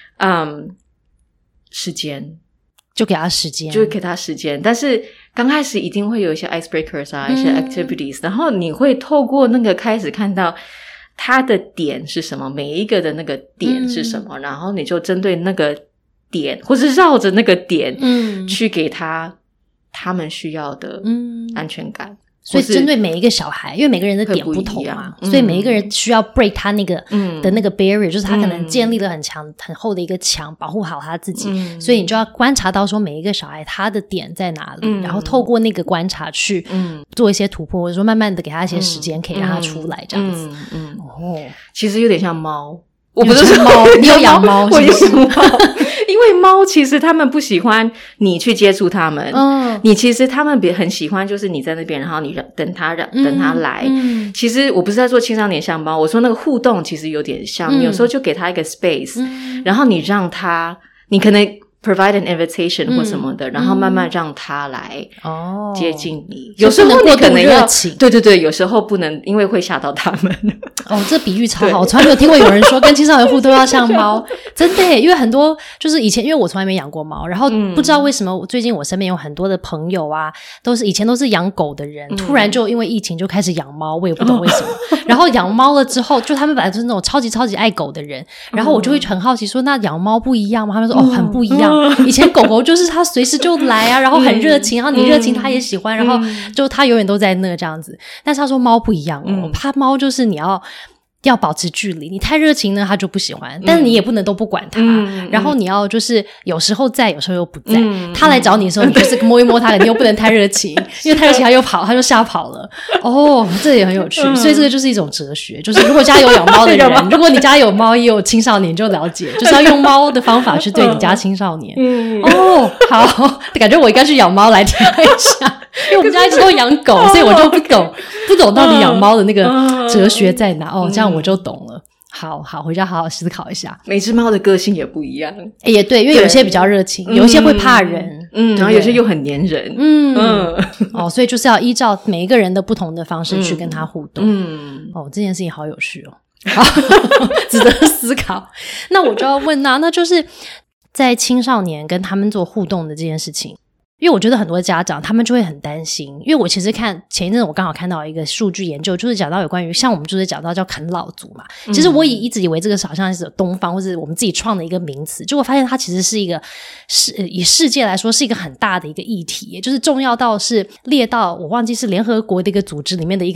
时间， 就给他时间， 但是刚开始一定会有一些 icebreakers 啊，一些 activities，然后你会透过那个开始看到他的点是什么，每一个的那个点是什么，然后你就针对那个点或是绕着那个点去给他们需要的安全感， 所以针对每一个小孩，因为每个人的点不同嘛，所以每一个人需要 break 他那个的那个 barrier，就是他可能建立了很强很厚的一个墙，保护好他自己，所以你就要观察到说每一个小孩他的点在哪里，然后透过那个观察去做一些突破，或者说慢慢的给他一些时间可以让他出来这样子。 其实有点像猫， 我不是猫，你有养猫是不是？ 我有养猫因为猫其实他们不喜欢你去接触他们，你其实他们很喜欢就是你在那边，然后你等他来，其实我不是在做青少年像猫，我说那个互动其实有点像，你有时候就给他一个 space，然后你让他，你可能provide an invitation 或什么的，然后慢慢让他来接近你。有时候你可能要对，有时候不能，因为会吓到他们。 这比喻超好，我从来没有听过有人说跟青少年互动要像猫，真的耶，因为很多就是以前因为我从来没养过猫，然后不知道为什么最近我身边有很多的朋友啊，以前都是养狗的人，突然就因为疫情就开始养猫，我也不懂为什么。然后养猫了之后，就他们本来就是那种超级超级爱狗的人，然后我就会很好奇说，那养猫不一样吗？他们说很不一样。以前狗狗就是它随时就来啊，然后很热情，然后你热情它也喜欢，然后就它永远都在那这样子。但是他说猫不一样怕猫就是你要保持距离，你太热情呢他就不喜欢，但是你也不能都不管他，然后你要就是有时候在有时候又不在，他来找你的时候你就是摸一摸他，你又不能太热情，因为太热情他就吓跑了。这也很有趣，所以这个就是一种哲学，就是如果家有养猫的人如果你家有猫也有青少年就了解，就是要用猫的方法去对你家青少年。好，感觉我应该去养猫来体会一下，因为我们家一直都养狗，所以我就不懂到底养猫的那个哲学在哪。这样我就懂了。好，回家好好思考一下。 每只猫的个性也不一样， 也对，因为有些比较热情，有一些会怕人， 然后有些又很黏人， 所以就是要依照每一个人的不同的方式去跟他互动。这件事情好有趣好值得思考。那我就要问那就是在青少年跟他们做互动的这件事情，因为我觉得很多家长他们就会很担心，因为我其实前一阵我刚好看到一个数据研究，就是讲到有关于像我们就是讲到叫啃老族嘛，其实我一直以为这个好像是东方或是我们自己创的一个名词，结果发现它其实是一个以世界来说是一个很大的一个议题，也就是重要到是列到我忘记是联合国的一个组织里面的一个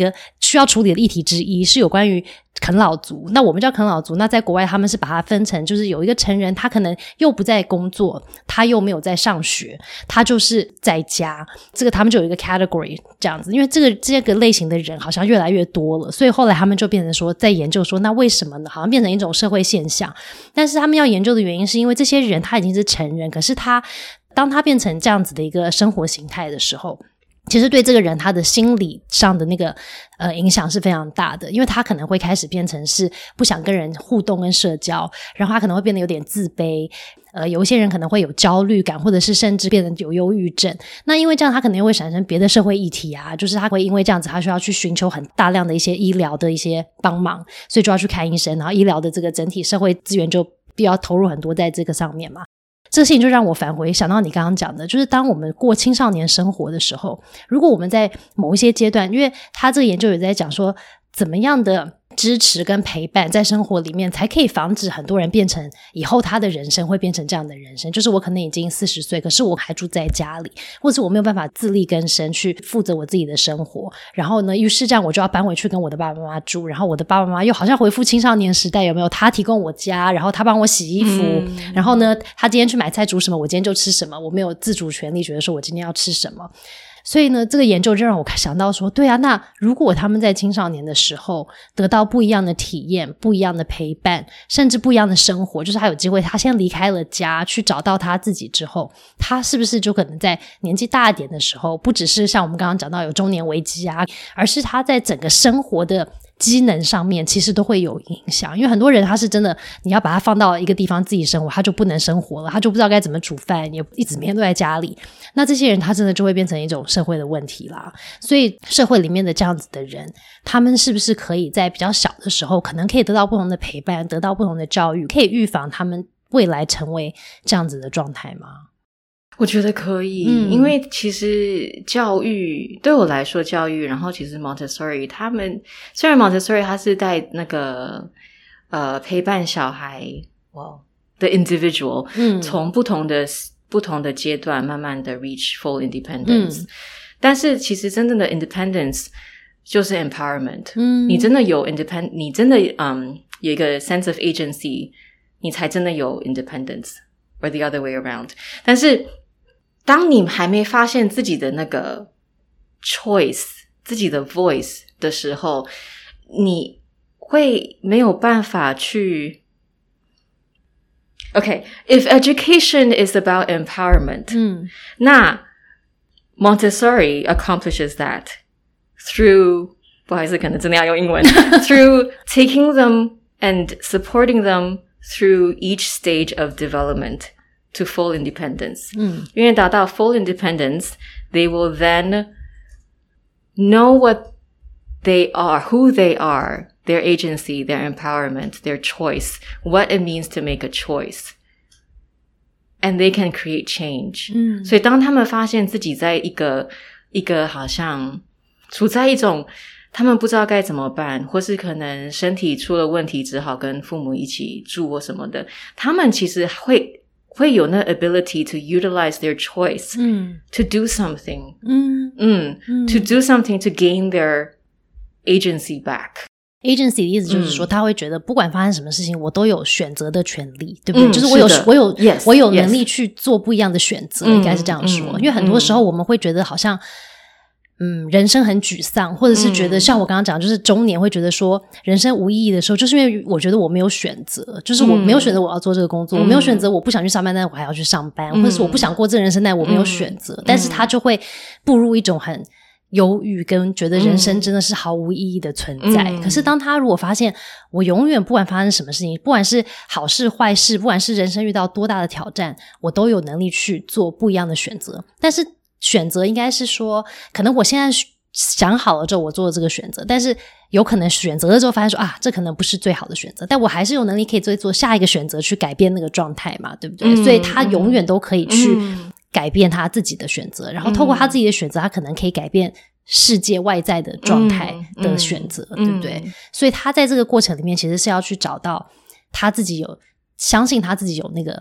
需要处理的议题之一是有关于啃老族。那我们叫啃老族，那在国外他们是把它分成，就是有一个成人他可能又不在工作，他又没有在上学，他就是在家，这个他们就有一个 category 这样子。因为这个类型的人好像越来越多了，所以后来他们就变成说在研究说那为什么呢，好像变成一种社会现象。但是他们要研究的原因是因为这些人他已经是成人，可是当他变成这样子的一个生活形态的时候，其实对这个人他的心理上的那个影响是非常大的。因为他可能会开始变成是不想跟人互动跟社交，然后他可能会变得有点自卑，有一些人可能会有焦虑感，或者是甚至变得有忧郁症。那因为这样他可能又会产生别的社会议题啊，就是他会因为这样子他需要去寻求很大量的一些医疗的一些帮忙，所以就要去看医生，然后医疗的这个整体社会资源就必要投入很多在这个上面嘛。这个事情就让我返回想到你刚刚讲的，就是当我们过青少年生活的时候，如果我们在某一些阶段，因为他这个研究也在讲说怎么样的支持跟陪伴在生活里面才可以防止很多人变成以后他的人生会变成这样的人生，就是我可能已经40岁，可是我还住在家里，或者我没有办法自力更生去负责我自己的生活，然后呢于是这样我就要搬回去跟我的爸爸妈妈住，然后我的爸爸妈妈又好像回复青少年时代，有没有，他提供我家，然后他帮我洗衣服，然后呢他今天去买菜煮什么我今天就吃什么，我没有自主权利觉得说我今天要吃什么。所以呢这个研究就让我想到说，对啊，那如果他们在青少年的时候得到不一样的体验，不一样的陪伴，甚至不一样的生活，就是他有机会他先离开了家去找到他自己之后，他是不是就可能在年纪大一点的时候，不只是像我们刚刚讲到有中年危机啊，而是他在整个生活的机能上面其实都会有影响。因为很多人他是真的你要把他放到一个地方自己生活，他就不能生活了，他就不知道该怎么煮饭，也一直每天都在家里，那这些人他真的就会变成一种社会的问题啦。所以社会里面的这样子的人，他们是不是可以在比较小的时候可能可以得到不同的陪伴，得到不同的教育，可以预防他们未来成为这样子的状态吗？ 我觉得可以，因为其实教育对我来说，教育，然后其实 Montessori 他们虽然 Montessori 他是在那个陪伴小孩的 individual 从不同的阶段慢慢的 reach full independence，但是其实真正的 independence 就是 empowerment，你真的有 independence， 你真的有一个 sense of agency， 你才真的有 independence or the other way around。 但是当你还没发现自己的那个 choice， 自己的 voice 的时候，你会没有办法去 Okay, if education is about empowerment， 那 Montessori accomplishes that through 不好意思可能真的要用英文through taking them and supporting them through each stage of development to full independence. 因为达到 full independence, they will then know what they are, who they are, their agency, their empowerment, their choice, what it means to make a choice. And they can create change. 所以当他们发现自己在一个好像处在一种他们不知道该怎么办，或是可能身体出了问题只好跟父母一起住或什么的，他们其实会有那 ability to utilize their choice to do something to do something to gain their agency back. Agency 的意思就是说他会觉得不管发生什么事情我都有选择的权利，对不对？就是我有能力去做不一样的选择，应该是这样说。因为很多时候我们会觉得好像人生很沮丧，或者是觉得像我刚刚讲就是中年会觉得说人生无意义的时候，就是因为我觉得我没有选择，就是我没有选择我要做这个工作，我没有选择我不想去上班但我还要去上班，或者是我不想过这个人生但我没有选择，但是他就会步入一种很忧郁跟觉得人生真的是毫无意义的存在。可是当他如果发现我永远不管发生什么事情，不管是好事坏事，不管是人生遇到多大的挑战，我都有能力去做不一样的选择。但是选择应该是说可能我现在想好了之后我做了这个选择，但是有可能选择了之后发现说这可能不是最好的选择，但我还是有能力可以做下一个选择去改变那个状态嘛，对不对？所以他永远都可以去改变他自己的选择，然后透过他自己的选择他可能可以改变世界外在的状态的选择，对不对？所以他在这个过程里面其实是要去找到他自己相信他自己有那个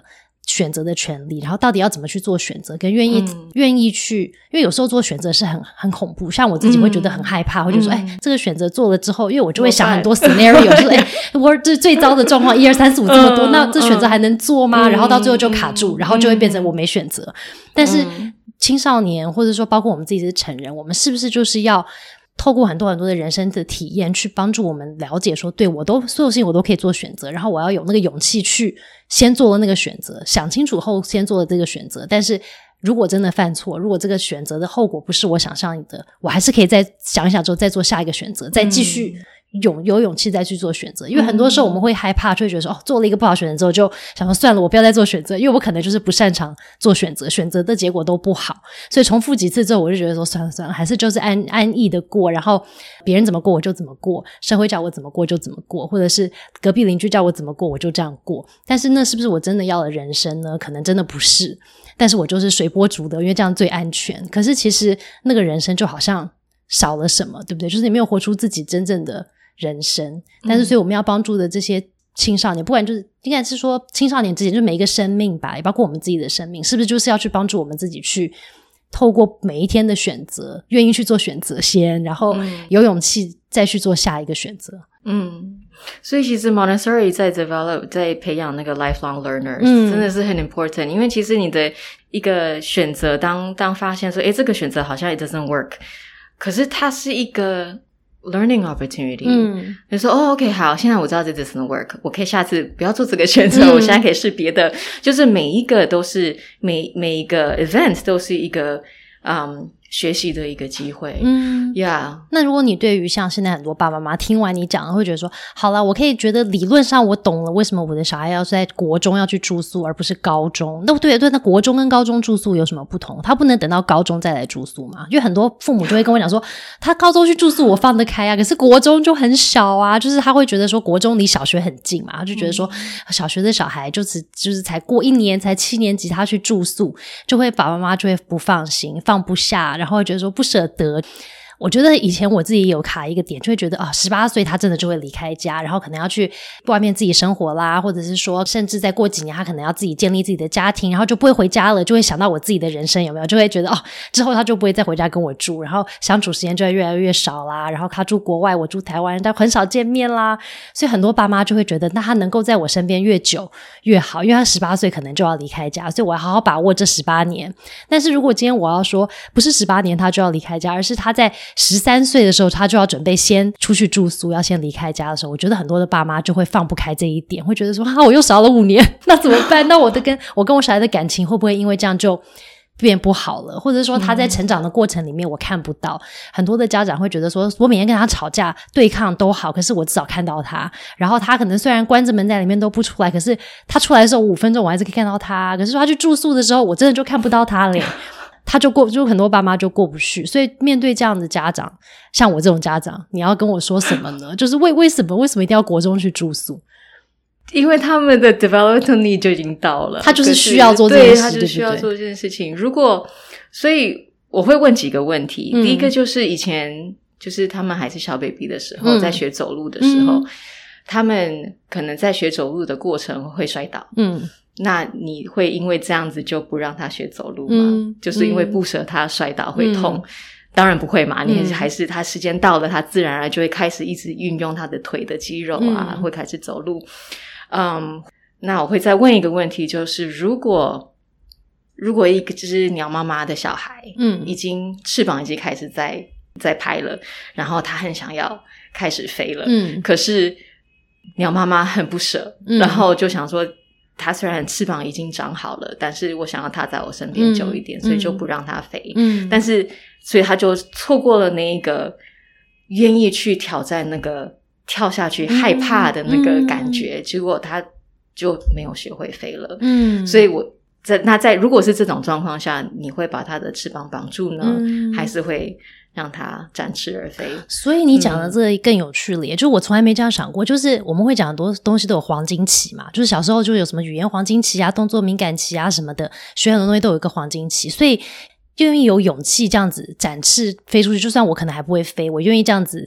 选择的权利，然后到底要怎么去做选择，跟愿意去，因为有时候做选择是很恐怖，像我自己会觉得很害怕，会觉得说这个选择做了之后，因为我就会想很多 scenario 说我这最糟的状况1 2 3 4 5这么多，那这选择还能做吗？然后到最后就卡住，然后就会变成我没选择。但是青少年或者说包括我们自己是成人，我们是不是就是要透过很多很多的人生的体验去帮助我们了解说，对，所有事情我都可以做选择，然后我要有那个勇气去先做了那个选择，想清楚后先做了这个选择，但是如果真的犯错，如果这个选择的后果不是我想象的，我还是可以再想一想之后再做下一个选择，再继续有勇气再去做选择。因为很多时候我们会害怕，就会觉得说做了一个不好选择之后就想说算了，我不要再做选择，因为我可能就是不擅长做选择，选择的结果都不好，所以重复几次之后我就觉得说算了，还是就是安逸的过，然后别人怎么过我就怎么过，社会叫我怎么过就怎么过，或者是隔壁邻居叫我怎么过我就这样过。但是那是不是我真的要的人生呢？可能真的不是，但是我就是随波逐流，因为这样最安全。可是其实那个人生就好像少了什么，对不对？就是你没有活出自己真正的人生。但是所以我们要帮助的这些青少年，不管就是应该是说青少年之间，就是每一个生命吧，也包括我们自己的生命，是不是就是要去帮助我们自己去透过每一天的选择，愿意去做选择先，然后有勇气再去做下一个选择。 所以其实 Montessori 在培养那个 lifelong learners，真的是很 important， 因为其实你的一个选择当发现说这个选择好像 it doesn't work， 可是它是一个 learning opportunity，就说OK 好，现在我知道这 doesn't work， 我可以下次不要做这个选择，我现在可以试别的，就是每一个都是每一个 event 都是一个学习的一个机会。 那如果你对于像现在很多爸爸妈妈听完你讲会觉得说好啦，我可以觉得理论上我懂了为什么我的小孩要在国中要去住宿而不是高中，那对，那国中跟高中住宿有什么不同？他不能等到高中再来住宿吗？因为很多父母就会跟我讲说他高中去住宿我放得开啊，可是国中就很小啊，就是他会觉得说国中离小学很近嘛，他就觉得说小学的小孩就是才过1年才7年级他去住宿，就会爸爸妈妈就会不放心放不下，然后会觉得说不舍得。我觉得以前我自己也有卡一个点，就会觉得18岁他真的就会离开家，然后可能要去外面自己生活啦，或者是说甚至再过几年他可能要自己建立自己的家庭，然后就不会回家了，就会想到我自己的人生有没有，就会觉得之后他就不会再回家跟我住，然后相处时间就会越来越少啦，然后他住国外我住台湾但很少见面啦，所以很多爸妈就会觉得那他能够在我身边越久越好，因为他18岁可能就要离开家，所以我要好好把握这18年。但是如果今天我要说不是18年他就要离开家，而是他在13岁的时候他就要准备先出去住宿，要先离开家的时候，我觉得很多的爸妈就会放不开这一点，会觉得说我又少了5年那怎么办？那我跟我小孩的感情会不会因为这样就变不好了？或者说他在成长的过程里面我看不到，很多的家长会觉得说我每天跟他吵架对抗都好，可是我至少看到他，然后他可能虽然关着门在里面都不出来，可是他出来的时候5分钟我还是可以看到他，可是说他去住宿的时候我真的就看不到他了他就很多爸妈就过不去。所以面对这样的家长，像我这种家长，你要跟我说什么呢？就是为什么一定要国中去住宿？ 因为他们的 development need 就已经到了， 他就是需要做这件事， 对，他就是需要做这件事情。所以我会问几个问题，第一个就是以前就是他们还是小 baby 的时候，在学走路的时候，他们可能在学走路的过程会摔倒，那你会因为这样子就不让他学走路吗？就是因为不舍他摔倒会痛，当然不会嘛，你还是他时间到了他自然而然就会开始一直运用他的腿的肌肉啊，会开始走路。那我会再问一个问题，就是如果一个就是鸟妈妈的小孩已经翅膀已经开始在拍了，然后他很想要开始飞了，可是鸟妈妈很不舍，然后就想说他虽然翅膀已经长好了，但是我想要他在我身边久一点，所以就不让他飞，但是所以他就错过了那一个愿意去挑战那个跳下去害怕的那个感觉，结果他就没有学会飞了。所以如果是这种状况下，你会把他的翅膀绑住呢，还是会让他展翅而飞？所以你讲的这个更有趣了，就是我从来没这样想过，就是我们会讲很多东西都有黄金期嘛，就是小时候就有什么语言黄金期啊，动作敏感期啊什么的，学很多东西都有一个黄金期，所以愿意有勇气这样子展翅飞出去，就算我可能还不会飞，我愿意这样子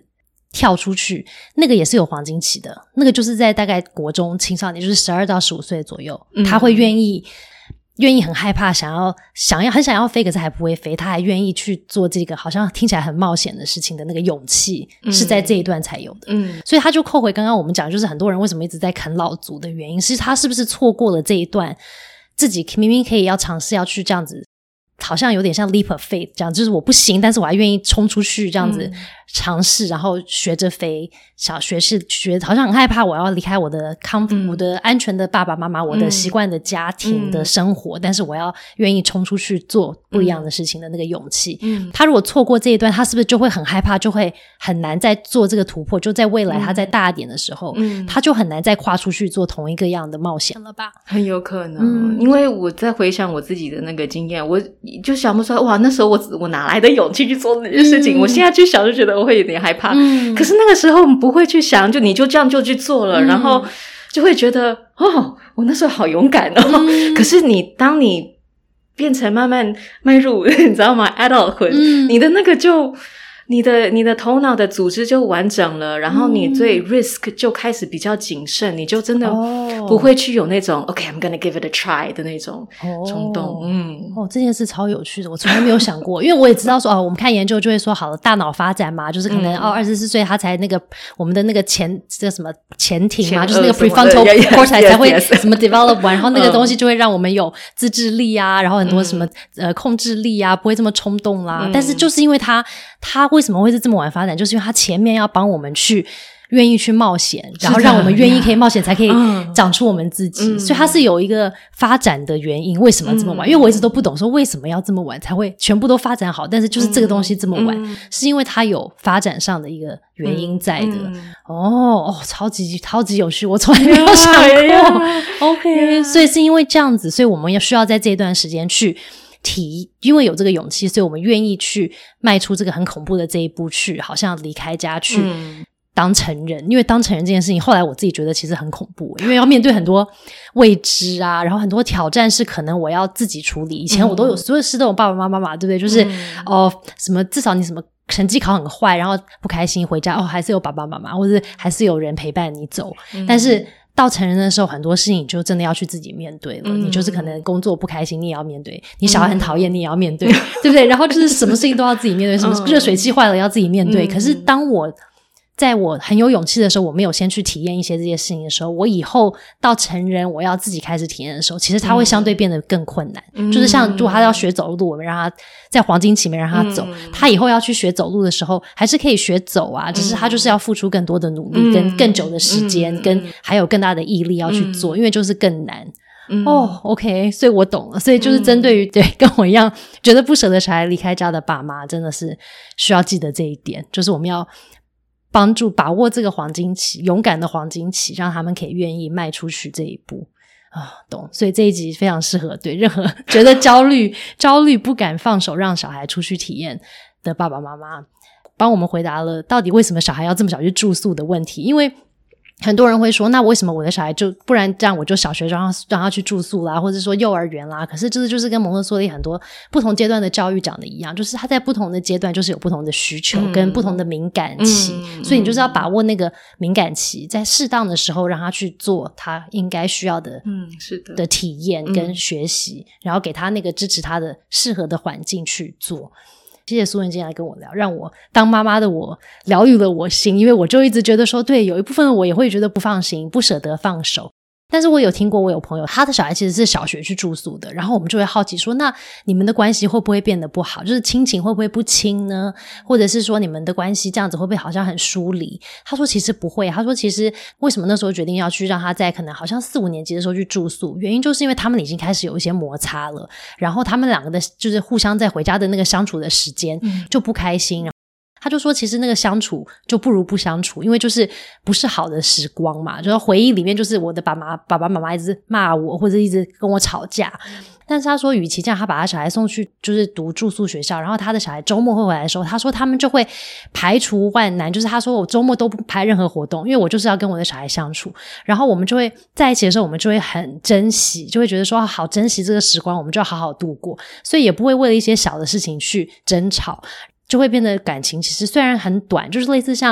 跳出去，那个也是有黄金期的，那个就是在大概国中青少年，就是12到15岁左右，他会愿意很害怕，很想要飞，可是还不会飞，他还愿意去做这个好像听起来很冒险的事情的那个勇气，是在这一段才有的。所以他就扣回刚刚我们讲，就是很多人为什么一直在啃老族的原因，是他是不是错过了这一段，自己明明可以要尝试要去这样子，好像有点像 leap of faith 这样，就是我不行，但是我还愿意冲出去这样子尝试，然后学着飞，好像很害怕我要离开我的我的安全的爸爸妈妈，我的习惯的家庭的生活，但是我要愿意冲出去做不一样的事情的那个勇气。他如果错过这一段，他是不是就会很害怕，就会很难再做这个突破，就在未来他再大一点的时候，他就很难再跨出去做同一个样的冒险了吧？ 很有可能。因为我在回想我自己的那个经验，我就想不出来，哇，那时候我哪来的勇气去做那些事情？我现在去想就觉得我会有点害怕。可是那个时候不会去想，就你就这样就去做了，然后就会觉得我那时候好勇敢哦。可是当你变成慢慢迈入你知道吗 adulthood，你的那个就你的头脑的组织就完整了，然后你对 risk 就开始比较谨慎，你就真的不会去有那种OK I'm gonna give it a try 的那种冲动。 这件事超有趣的，我从来没有想过。因为我也知道说我们看研究就会说好了，大脑发展嘛，就是可能24岁他才那个我们的那个这什么前庭嘛，就是那个 prefrontal cortex 才会什么 develop 完，然后那个东西就会让我们有自制力啊，然后很多什么控制力啊，不会这么冲动啦。但是就是因为他为什么会是这么晚发展，就是因为他前面要帮我们去愿意去冒险，然后让我们愿意可以冒险才可以长出我们自己，所以它是有一个发展的原因，为什么这么晚？因为我一直都不懂说为什么要这么晚才会全部都发展好，但是就是这个东西这么晚，是因为它有发展上的一个原因在的。超级有趣，我从来没有想过。OK， 所以是因为这样子，所以我们需要在这段时间去因为有这个勇气，所以我们愿意去迈出这个很恐怖的这一步，去好像离开家去当成人。因为当成人这件事情后来我自己觉得其实很恐怖，因为要面对很多未知啊，然后很多挑战是可能我要自己处理。以前我都有所有事都有爸爸妈妈，对不对？就是什么至少你什么成绩考很坏，然后不开心回家还是有爸爸妈妈，或者还是有人陪伴你走。但是到成人的时候，很多事情你就真的要去自己面对了。你就是可能工作不开心，你也要面对；你小孩很讨厌，你也要面对，对不对？然后就是什么事情都要自己面对，什么热水器坏了要自己面对。可是在我很有勇气的时候，我没有先去体验一些这些事情的时候，我以后到成人我要自己开始体验的时候，其实他会相对变得更困难。就是像如果他要学走路，我们让他在黄金期没让他走，他以后要去学走路的时候还是可以学走啊，只是他就是要付出更多的努力跟更久的时间跟还有更大的毅力要去做，因为就是更难。OK， 所以我懂了。所以就是针对于对跟我一样觉得不舍得小孩离开家的爸妈，真的是需要记得这一点，就是我们要帮助把握这个黄金期，勇敢的黄金期，让他们可以愿意迈出去这一步懂。所以这一集非常适合对任何觉得焦虑不敢放手让小孩出去体验的爸爸妈妈，帮我们回答了到底为什么小孩要这么小去住宿的问题。因为很多人会说，那为什么我的小孩不然这样我就小学让他去住宿啦，或者说幼儿园啦。可是这就是跟蒙特梭利很多不同阶段的教育讲的一样，就是他在不同的阶段就是有不同的需求跟不同的敏感期，所以你就是要把握那个敏感期，在适当的时候让他去做他应该需要的是的体验跟学习，然后给他那个支持他的适合的环境去做。谢谢苏文今天来跟我聊，让我当妈妈的我疗愈了我心，因为我就一直觉得说，对，有一部分的我也会觉得不放心，不舍得放手。但是我有听过，我有朋友他的小孩其实是小学去住宿的，然后我们就会好奇说，那你们的关系会不会变得不好，就是亲情会不会不亲呢？或者是说你们的关系这样子会不会好像很疏离？他说其实不会，他说其实为什么那时候决定要去让他在可能好像4-5年级的时候去住宿，原因就是因为他们已经开始有一些摩擦了，然后他们两个的就是互相在回家的那个相处的时间就不开心，他就说其实那个相处就不如不相处，因为就是不是好的时光嘛，就是回忆里面就是我的爸爸妈妈一直骂我或者一直跟我吵架，但是他说与其这样，他把他小孩送去就是读住宿学校，然后他的小孩周末会回来的时候，他说他们就会排除万难，就是他说我周末都不排任何活动，因为我就是要跟我的小孩相处，然后我们就会在一起的时候我们就会很珍惜，就会觉得说好珍惜这个时光，我们就要好好度过，所以也不会为了一些小的事情去争吵，就会变得感情其实虽然很短，就是类似像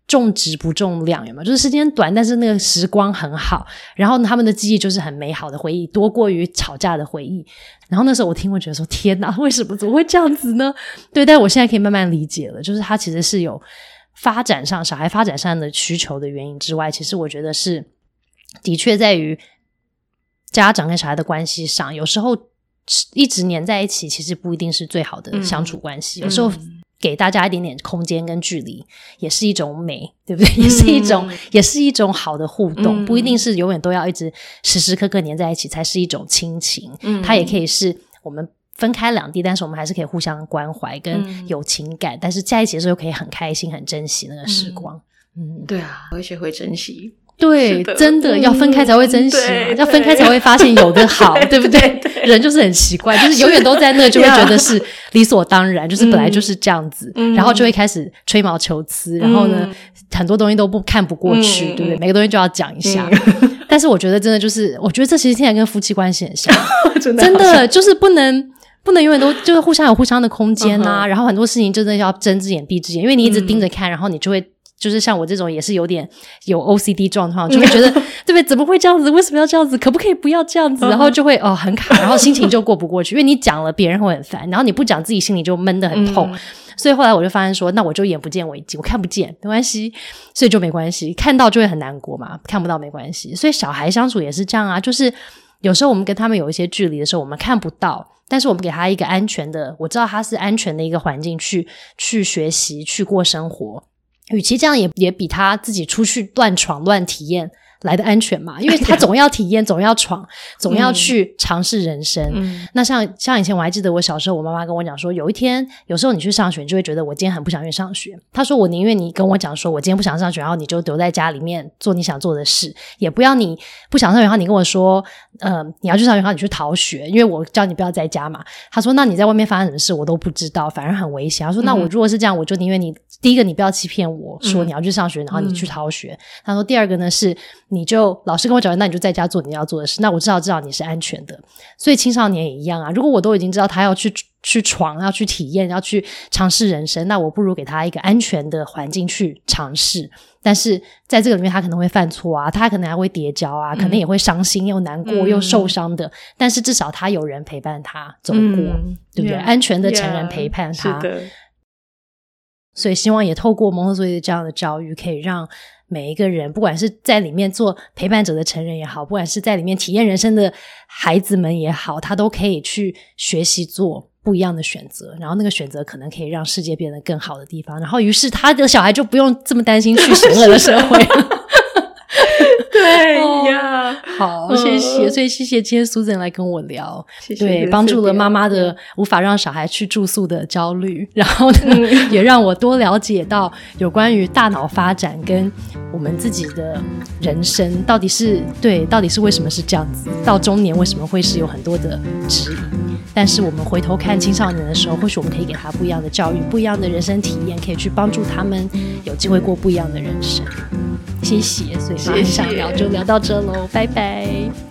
重质不重量，有没有？就是时间短，但是那个时光很好，然后他们的记忆就是很美好的回忆，多过于吵架的回忆。然后那时候我听，我觉得说天哪，为什么怎么会这样子呢？对，但我现在可以慢慢理解了，就是他其实是有发展上小孩发展上的需求的原因之外，其实我觉得是的确在于家长跟小孩的关系上，有时候一直黏在一起其实不一定是最好的相处关系，有时候给大家一点点空间跟距离也是一种美，对不对？也是一种好的互动，不一定是永远都要一直时时刻刻黏在一起才是一种亲情，它也可以是我们分开两地，但是我们还是可以互相关怀跟有情感，但是在一起的时候可以很开心很珍惜那个时光。 对啊，而且会珍惜。 对，真的要分开才会珍惜嘛，要分开才会发现有的好，对不对？人就是很奇怪，就是永远都在那就会觉得是理所当然，就是本来就是这样子，然后就会开始吹毛求疵，然后呢很多东西都看不过去，对不对？每个东西就要讲一下。但是我觉得真的就是我觉得这其实听起来跟夫妻关系很像真的就是不能永远都就是互相有互相的空间啊，然后很多事情真的要睁只眼闭只眼，因为你一直盯着看，然后你就会就是像我这种也是有点有 OCD 状况，就会觉得对不对？怎么会这样子？为什么要这样子？可不可以不要这样子？然后就会很卡，然后心情就过不过去，因为你讲了别人会很烦，然后你不讲自己心里就闷得很痛。所以后来我就发现说，那我就眼不见为净，我看不见没关系，所以就没关系，看到就会很难过嘛，看不到没关系。所以小孩相处也是这样啊，就是有时候我们跟他们有一些距离的时候，我们看不到，但是我们给他一个安全的，我知道他是安全的一个环境去学习去过生活，与其这样也比他自己出去乱闯乱体验来的安全嘛，因为他总要体验总要闯总要去尝试人生。那像以前我还记得我小时候我妈妈跟我讲说，有一天有时候你去上学，你就会觉得我今天很不想去上学，她说我宁愿你跟我讲说我今天不想上学，然后你就留在家里面做你想做的事，也不要你不想上学然后你跟我说你要去上学然后你去逃学，因为我叫你不要在家嘛。她说那你在外面发生什么事我都不知道，反而很危险。她说那我如果是这样，我就宁愿你第一个你不要欺骗我说你要去上学然后你去逃学。她说第二个呢是你就老师跟我讲那你就在家做你要做的事，那我知道你是安全的。所以青少年也一样啊，如果我都已经知道他要去闯要去体验要去尝试人生，那我不如给他一个安全的环境去尝试。但是在这个里面他可能会犯错啊，他可能还会跌跤啊，可能也会伤心又难过又受伤的，但是至少他有人陪伴他走过，对不对？安全的成人陪伴他。是的。所以希望也透过蒙特梭利的这样的教育，可以让每一个人，不管是在里面做陪伴者的成人也好，不管是在里面体验人生的孩子们也好，他都可以去学习做不一样的选择，然后那个选择可能可以让世界变得更好的地方，然后于是他的小孩就不用这么担心去邪恶的社会对呀， 好，谢谢。所以谢谢今天 Susan 来跟我聊， 谢谢， 对，帮助了妈妈的无法让小孩去住宿的焦虑，然后呢也让我多了解到有关于大脑发展跟我们自己的人生到底是为什么是这样子，到中年为什么会是有很多的质疑，但是我们回头看青少年的时候，或许我们可以给他不一样的教育，不一样的人生体验，可以去帮助他们有机会过不一样的人生。谢谢，所以很想聊就聊到这咯，拜拜。